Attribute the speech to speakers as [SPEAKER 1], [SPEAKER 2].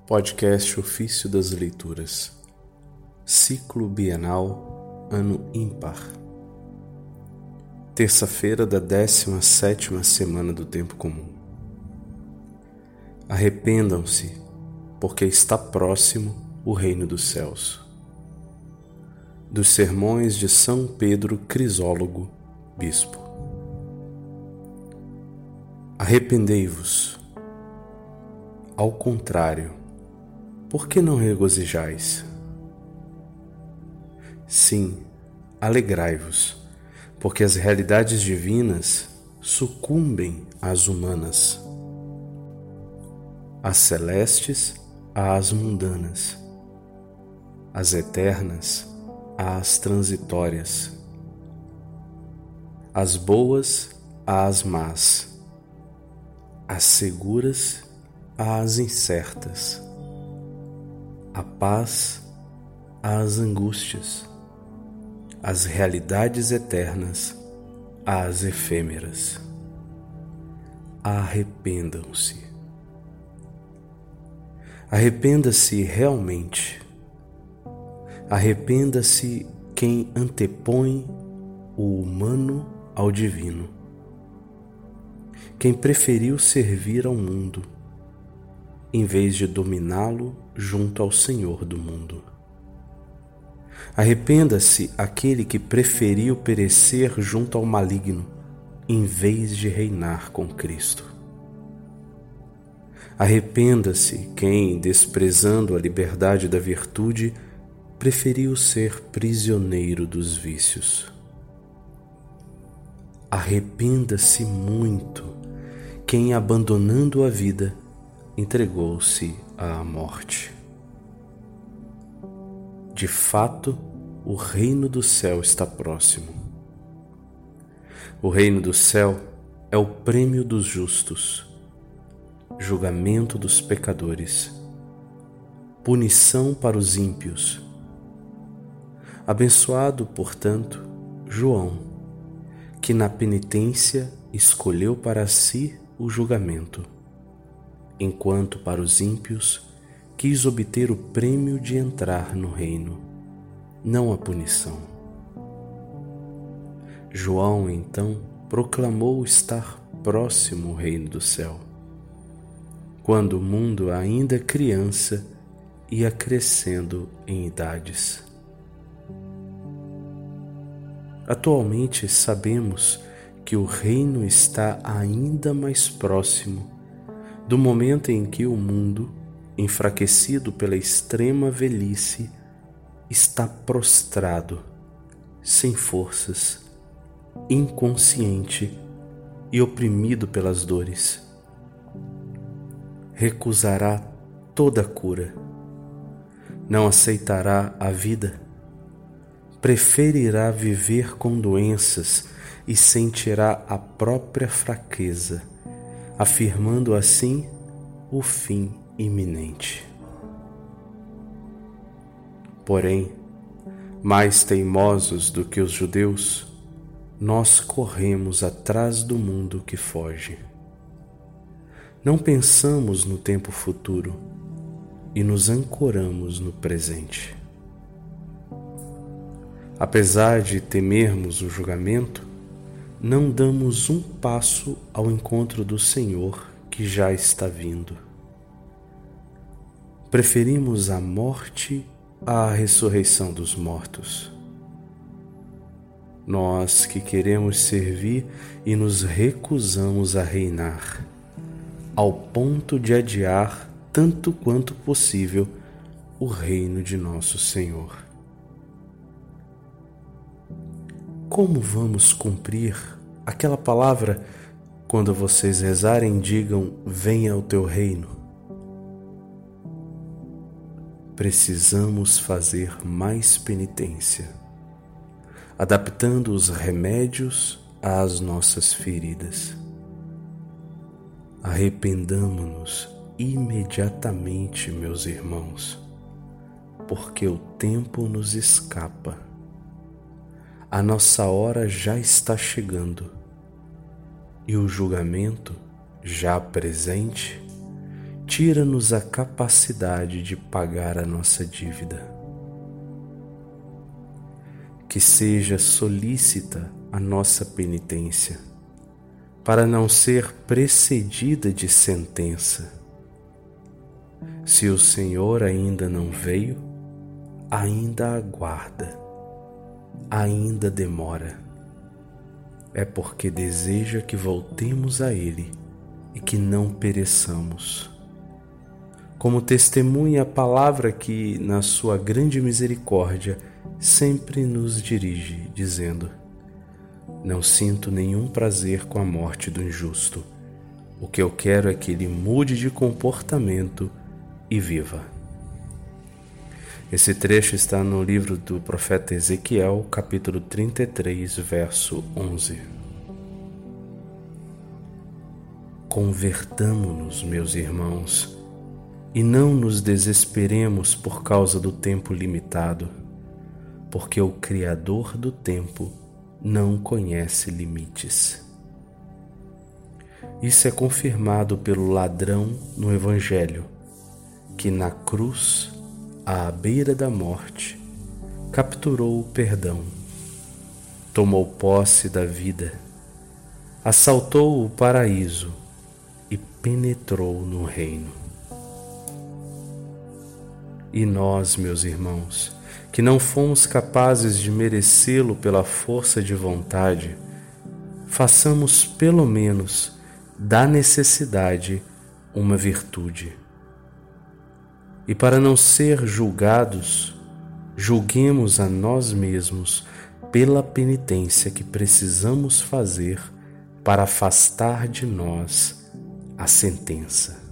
[SPEAKER 1] Podcast Ofício das Leituras, Ciclo Bienal, Ano Ímpar. Terça-feira da 17ª semana do Tempo Comum. Arrependam-se, porque está próximo o Reino dos Céus. Dos Sermões de São Pedro Crisólogo, Bispo. Arrependei-vos. Ao contrário, por que não regozijais? Sim, alegrai-vos, porque as realidades divinas sucumbem às humanas, as celestes às mundanas, as eternas às transitórias, as boas às más, as seguras às incertas, a paz às angústias, as realidades eternas às efêmeras. Arrependam-se. Arrependa-se realmente. Arrependa-se quem antepõe o humano ao divino, quem preferiu servir ao mundo em vez de dominá-lo junto ao Senhor do mundo. Arrependa-se aquele que preferiu perecer junto ao maligno em vez de reinar com Cristo. Arrependa-se quem, desprezando a liberdade da virtude, preferiu ser prisioneiro dos vícios. Arrependa-se muito quem, abandonando a vida, entregou-se à morte. De fato, o reino do céu está próximo. O reino do céu é o prêmio dos justos, julgamento dos pecadores, punição para os ímpios. Abençoado, portanto, João, que na penitência escolheu para si o julgamento, enquanto para os ímpios quis obter o prêmio de entrar no reino, não a punição. João, então, proclamou estar próximo o reino do céu, quando o mundo, ainda criança, ia crescendo em idades. Atualmente sabemos que o reino está ainda mais próximo do momento em que o mundo, enfraquecido pela extrema velhice, está prostrado, sem forças, inconsciente e oprimido pelas dores. Recusará toda cura, não aceitará a vida, preferirá viver com doenças e sentirá a própria fraqueza, afirmando assim o fim iminente. Porém, mais teimosos do que os judeus, nós corremos atrás do mundo que foge. Não pensamos no tempo futuro e nos ancoramos no presente. Apesar de temermos o julgamento, não damos um passo ao encontro do Senhor que já está vindo. Preferimos a morte à ressurreição dos mortos. Nós que queremos servir e nos recusamos a reinar, ao ponto de adiar tanto quanto possível o reino de nosso Senhor. Como vamos cumprir aquela palavra quando vocês rezarem, digam: venha o teu reino? Precisamos fazer mais penitência, adaptando os remédios às nossas feridas. Arrependamo-nos imediatamente, meus irmãos, porque o tempo nos escapa. A nossa hora já está chegando e o julgamento, já presente, tira-nos a capacidade de pagar a nossa dívida. Que seja solícita a nossa penitência, para não ser precedida de sentença. Se o Senhor ainda não veio, ainda aguarda, ainda demora. É porque deseja que voltemos a Ele e que não pereçamos. Como testemunha a palavra que, na sua grande misericórdia, sempre nos dirige, dizendo: não sinto nenhum prazer com a morte do injusto. O que eu quero é que ele mude de comportamento e viva. Esse trecho está no livro do profeta Ezequiel, capítulo 33, verso 11. Convertamo-nos, meus irmãos, e não nos desesperemos por causa do tempo limitado, porque o Criador do tempo não conhece limites. Isso é confirmado pelo ladrão no Evangelho, que na cruz, à beira da morte, capturou o perdão, tomou posse da vida, assaltou o paraíso e penetrou no reino. E nós, meus irmãos, que não fomos capazes de merecê-lo pela força de vontade, façamos pelo menos da necessidade uma virtude. E para não ser julgados, julguemos a nós mesmos pela penitência que precisamos fazer para afastar de nós a sentença.